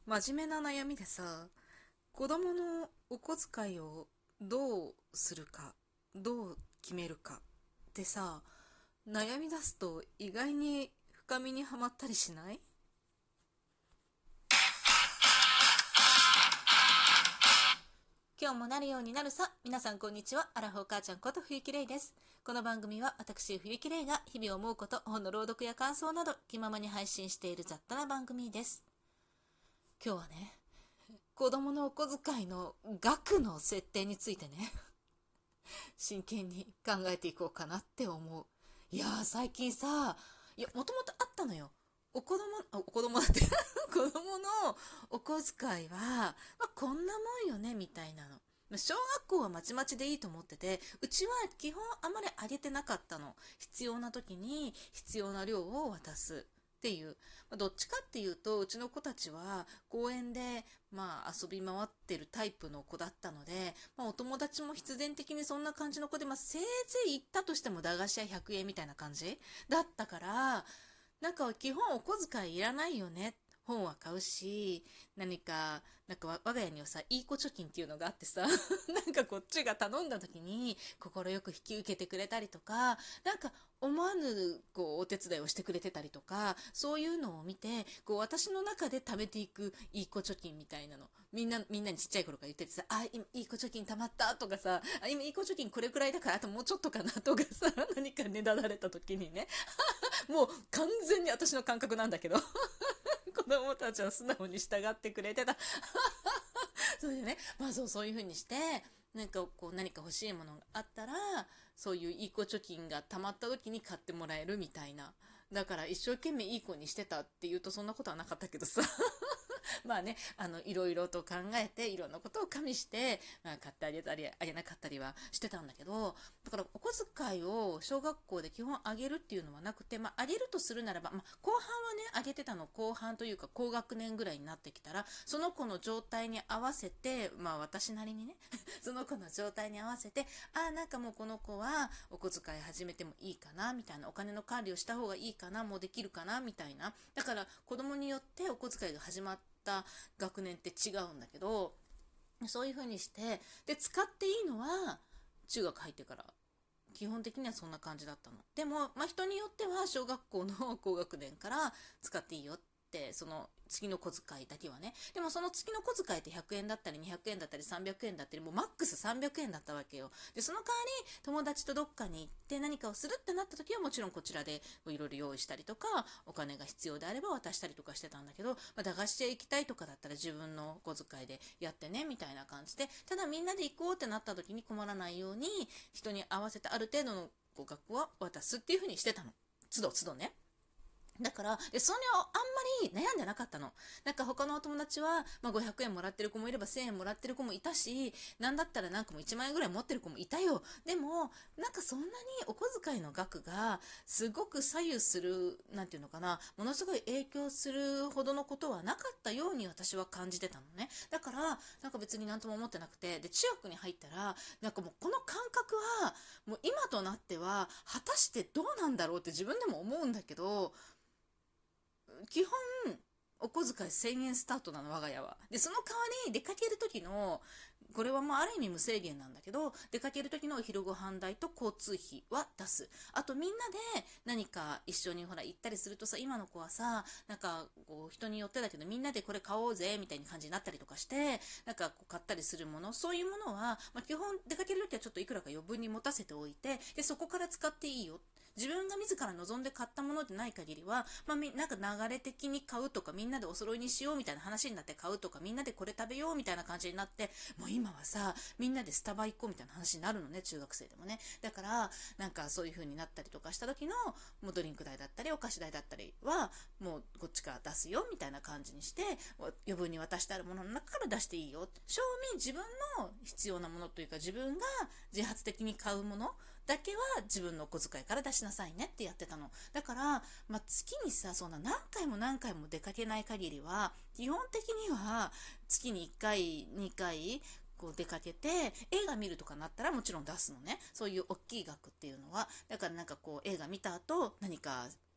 真面目な悩みでさ、子供のお小遣いをどうするか、どう決めるかってさ、悩み出すと意外に深みにはまったりしない？今日もなるようになるさ。皆さんこんにちは。アラフォー母ちゃんこと冬木玲です。この番組は私冬木玲が日々思うこと、本の朗読や感想など気ままに配信している雑多な番組です。今日はね、子供のお小遣いの額の設定についてね、真剣に考えていこうかなって思う。いやー、最近さ、もともとあったのよ。お子供だって子供のお小遣いは、こんなもんよね、みたいなの。小学校はまちまちでいいと思ってて、うちは基本あまりあげてなかったの。必要な時に必要な量を渡すっていう。どっちかっていうと、うちの子たちは公園で、遊び回ってるタイプの子だったので、お友達も必然的にそんな感じの子で、せいぜい行ったとしても駄菓子屋100円みたいな感じだったから、基本お小遣いいらないよね。本は買うし、我が家にはさ、いい子貯金っていうのがあってさ、こっちが頼んだ時に、快く引き受けてくれたりとか、思わぬお手伝いをしてくれてたりとか、そういうのを見て、私の中で貯めていくいい子貯金みたいなの。みんなにちっちゃい頃から言っててさ、今いい子貯金貯まったとかさ、今いい子貯金これくらいだから、あともうちょっとかなとかさ、何かねだられた時にね、もう完全に私の感覚なんだけど子供たちは素直に従ってくれてたそれでね、そういう風にして、何か欲しいものがあったら、そういういい子貯金が貯まった時に買ってもらえるみたいな。だから一生懸命いい子にしてたっていうとそんなことはなかったけどさいろいろと考えて、いろんなことを加味して、買ってあげたり、あげなかったりはしてたんだけど、だからお小遣いを小学校で基本あげるっていうのはなくて、あげるとするならば、後半はね、あげてたの、後半というか高学年ぐらいになってきたら、その子の状態に合わせて、私なりにね、その子の状態に合わせて、もうこの子はお小遣い始めてもいいかな、みたいな、お金の管理をした方がいいかな、もうできるかな、みたいな。だから子供によってお小遣いが始まった学年って違うんだけど、そういう風にして、で、使っていいのは中学入ってから。基本的にはそんな感じだったの。でも、人によっては小学校の高学年から使っていいよって、その月の小遣いだけはね。でもその月の小遣いって100円だったり200円だったり300円だったり、もうマックス300円だったわけよ。で、その代わり友達とどっかに行って何かをするってなった時はもちろんこちらでいろいろ用意したりとか、お金が必要であれば渡したりとかしてたんだけど、駄菓子屋行きたいとかだったら自分の小遣いでやってね、みたいな感じで、ただみんなで行こうってなった時に困らないように、人に合わせてある程度の語学は渡すっていう風にしてたの。都度都度ね。だから、それをあんまり悩んでなかったの。他のお友達は、500円もらってる子もいれば1000円もらってる子もいたし、なんだったらもう1万円ぐらい持ってる子もいたよ。でも、そんなにお小遣いの額がすごく左右する、なんていうのかな、ものすごい影響するほどのことはなかったように私は感じてたのね。だから、別になんとも思ってなくて、で、中学に入ったら、もうこの感覚は、もう今となっては、果たしてどうなんだろうって自分でも思うんだけど、基本お小遣い1000円スタートなの、我が家は。で、その代わり出かける時の、これはある意味無制限なんだけど、出かける時のお昼ご飯代と交通費は出す。あとみんなで何か一緒に行ったりするとさ、今の子はさ、人によってだけど、みんなでこれ買おうぜみたいな感じになったりとかして、買ったりするもの、そういうものは、基本出かける時はちょっといくらか余分に持たせておいて、で、そこから使っていいよ。自分が自ら望んで買ったものでない限りは、流れ的に買うとか、みんなでお揃いにしようみたいな話になって買うとか、みんなでこれ食べようみたいな感じになって、もう今はさ、みんなでスタバ行こうみたいな話になるのね、中学生でもね。だから、そういう風になったりとかした時の、もうドリンク代だったり、お菓子代だったりは、もうこっちから出すよみたいな感じにして、余分に渡してあるものの中から出していいよ。正味自分の必要なものというか、自分が自発的に買うものだけは自分のお小遣いから出しなさいねってやってたの。だから、月にさ、そんな何回も何回も出かけない限りは、基本的には月に1回、2回、出かけて映画見るとかなったらもちろん出すのね。そういう大きい額っていうのは。だから映画見た後何か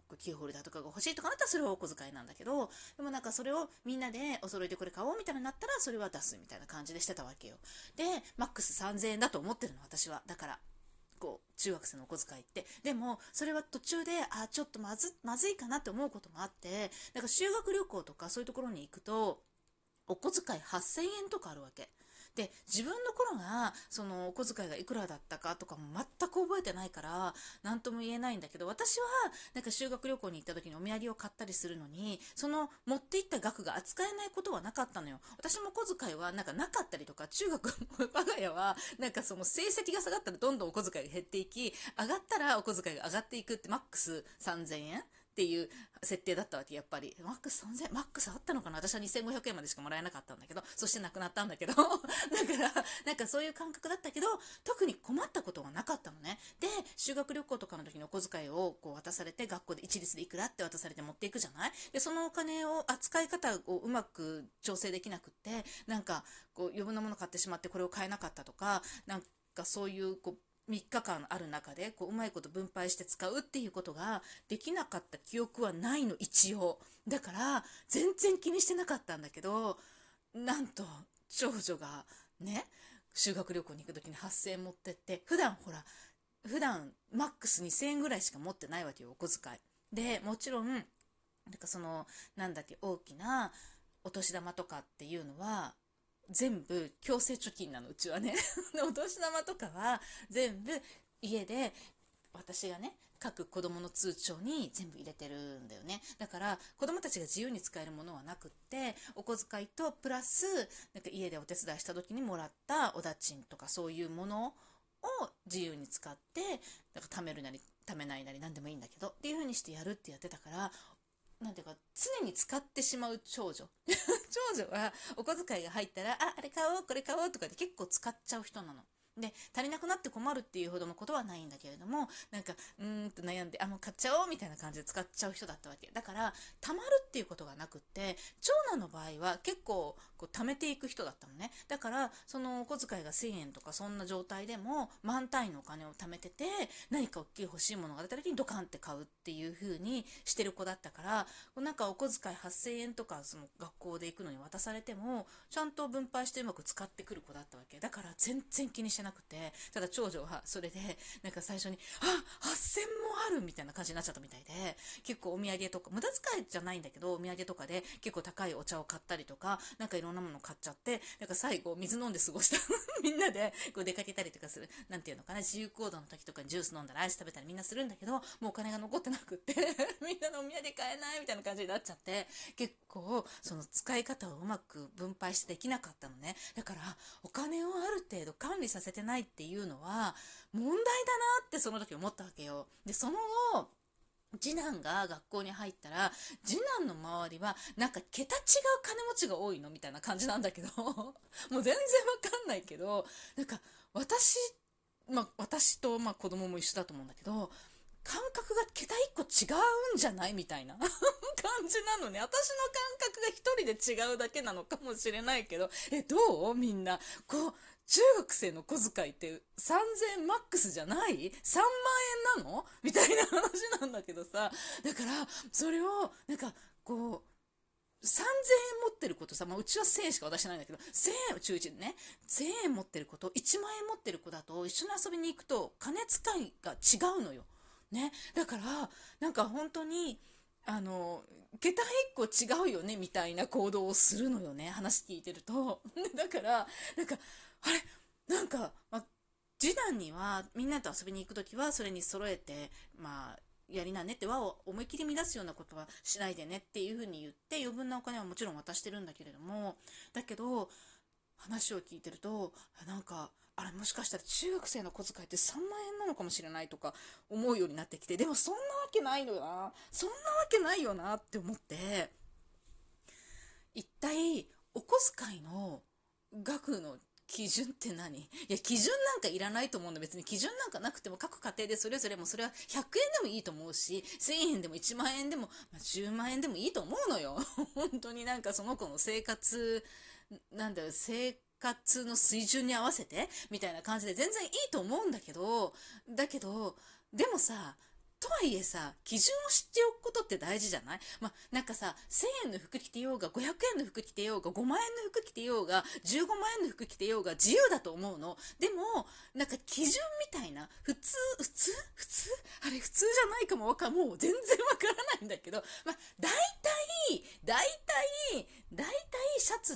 キーホルダーとかが欲しいとかなったらそれはお小遣いなんだけど、でもなんかそれをみんなでお揃いでこれ買おうみたいになったらそれは出すみたいな感じでしてたわけよ。でマックス3000円だと思ってるの私は。だから中学生のお小遣いって。でもそれは途中でちょっとまずいかなって思うこともあって、だから修学旅行とかそういうところに行くとお小遣い8000円とかあるわけで、自分の頃がそのお小遣いがいくらだったかとかも全く覚えてないから何とも言えないんだけど、私はなんか修学旅行に行った時にお土産を買ったりするのに、その持って行った額が扱えないことはなかったのよ。私も小遣いはなんかなかったりとか、中学我が家はなんかその成績が下がったらどんどんお小遣いが減っていき、上がったらお小遣いが上がっていくって、マックス3000円っていう設定だったわけ。やっぱりマックス3000円、マックスあったのかな。私は2500円までしかもらえなかったんだけど、そしてなくなったんだけどだからなんかそういう感覚だったけど、特に困ったことがなかったのね。で修学旅行とかの時にお小遣いをこう渡されて、学校で一律でいくらって渡されて持っていくじゃない。でそのお金を扱い方をうまく調整できなくって、なんかこう余分なもの買ってしまってこれを買えなかったとか、なんかそういう3日間ある中でうまいこと分配して使うっていうことができなかった記憶はないの、一応。だから全然気にしてなかったんだけど、なんと長女がね、修学旅行に行く時に8000円持ってって、普段マックス2000円ぐらいしか持ってないわけよ、お小遣いで。もちろんなんかそのなんだっけ、大きなお年玉とかっていうのは全部強制貯金なの、うちはねでお年玉とかは全部家で私がね各子供の通帳に全部入れてるんだよね。だから子供たちが自由に使えるものはなくって、お小遣いとプラスなんか家でお手伝いした時にもらったお駄賃とかそういうものを自由に使って、なんか貯めるなり貯めないなり何でもいいんだけどっていう風にしてやるってやってたから、なんていうか常に使ってしまう長女長女はお小遣いが入ったらあれ買おうこれ買おうとかで結構使っちゃう人なので、足りなくなって困るっていうほどのことはないんだけれども、なんかと悩んでもう買っちゃおうみたいな感じで使っちゃう人だったわけだから、貯まるっていうことがなくって、長男の場合は結構貯めていく人だったのね。だからそのお小遣いが1000円とかそんな状態でも満単位のお金を貯めてて、何か大きい欲しいものが出た時にドカンって買うっていう風にしてる子だったから、なんかお小遣い8000円とかその学校で行くのに渡されてもちゃんと分配してうまく使ってくる子だったわけだから、全然気にしてなくて。ただ長女はそれでなんか最初に8000もあるみたいな感じになっちゃったみたいで、結構お土産とか無駄遣いじゃないんだけど、お土産とかで結構高いお茶を買ったりとか、なんかいろんなもの買っちゃって、なんか最後水飲んで過ごしたみんなで出かけたりとかする、なんていうのかな、自由行動の時とかにジュース飲んだらアイス食べたりみんなするんだけど、もうお金が残ってなくってみんなのお土産買えないみたいな感じになっちゃって、結構その使い方をうまく分配してできなかったのね。だからお金をある程度管理させてないっていうのは問題だなってその時思ったわけよ。でその後次男が学校に入ったら、次男の周りはなんか桁違う金持ちが多いのみたいな感じなんだけどもう全然わかんないけど、なんか私と子供も一緒だと思うんだけど、感覚が桁一個違うんじゃないみたいな感じなのね。私の感覚が一人で違うだけなのかもしれないけど、どうみんな中学生の小遣いって3000円マックスじゃない ?3 万円なのみたいな話なんだけどさ、だからそれをなんか3000円持ってることさ、うちは1000円しか渡してないんだけど、1000円、中1でね、1000円持ってる子と1万円持ってる子だと一緒に遊びに行くと金使いが違うのよ。ね。だから、なんか本当に、桁一個違うよね、みたいな行動をするのよね。話聞いてると。だから、なんか、なんか、次男にはみんなと遊びに行くときはそれに揃えて、やりなねって輪を思いっきり乱すようなことはしないでねっていうふうに言って余分なお金はもちろん渡してるんだけれども、だけど話を聞いてるとなんかあれもしかしたら中学生の小遣いって3万円なのかもしれないとか思うようになってきて、でもそんなわけないのよな、そんなわけないよなって思って、一体お小遣いの額の基準って何？いや、基準なんかいらないと思うんだ。別に基準なんかなくても各家庭でそれぞれもそれは100円でもいいと思うし、1000円でも1万円でも、10万円でもいいと思うのよ。本当になんかその子の生活の水準に合わせてみたいな感じで全然いいと思うんだけど、でもさ、 とはいえさ、基準を知っておくことって大事じゃない？なんかさ、1000円の服着てようが、500円の服着てようが、5万円の服着てようが、15万円の服着てようが自由だと思うの。でも、なんか基準みたいな、あれ普通じゃないかももう全然わからないんだけど、大体シャツって、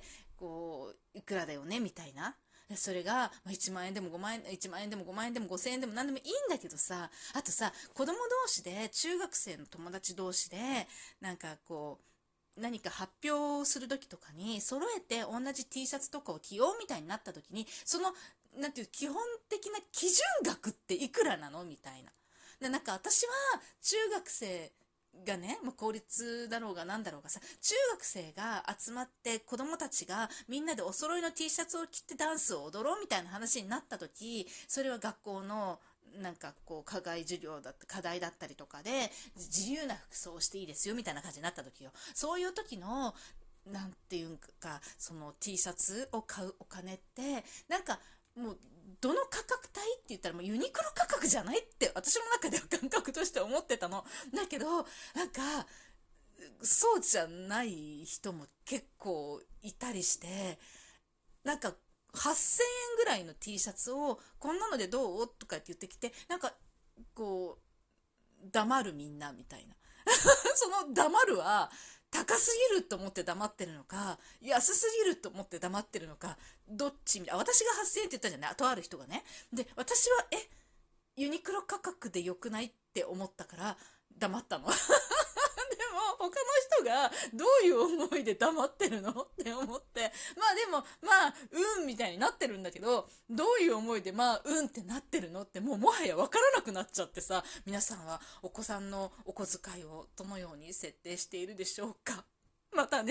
こう、いくらだよねみたいな。それが、1万円でも5万円、1万円でも5万円でも5000円でも何でもいいんだけどさ、あとさ、子供同士で、中学生の友達同士で、なんかこう、何か発表する時とかに揃えて同じ T シャツとかを着ようみたいになった時に、その、なんていう基本的な基準額っていくらなのみたいな。なんか私は中学生がね、公立だろうがなんだろうがさ、中学生が集まって子供たちがみんなでお揃いの T シャツを着てダンスを踊ろうみたいな話になった時、それは学校のなんかこう課外授業だった課題だったりとかで自由な服装をしていいですよみたいな感じになった時よ。そういう時のなんていうか、その T シャツを買うお金ってなんかもうどの価格帯って言ったらもうユニクロ価格じゃないって私の中では感覚として思ってたの。だけどなんかそうじゃない人も結構いたりして、なんか8000円ぐらいの T シャツをこんなのでどうとかって言ってきて、なんかこう黙るみんなみたいな。その黙るは高すぎると思って黙ってるのか、安すぎると思って黙ってるのか、どっちみたいな。私が8000円って言ったじゃない、とある人がね。で、私はユニクロ価格で良くないって思ったから黙ったの。他の人がどういう思いで黙ってるのって思って、でもみたいになってるんだけど、どういう思いでってなってるのってもはや分からなくなっちゃってさ、皆さんはお子さんのお小遣いをどのように設定しているでしょうか？またね。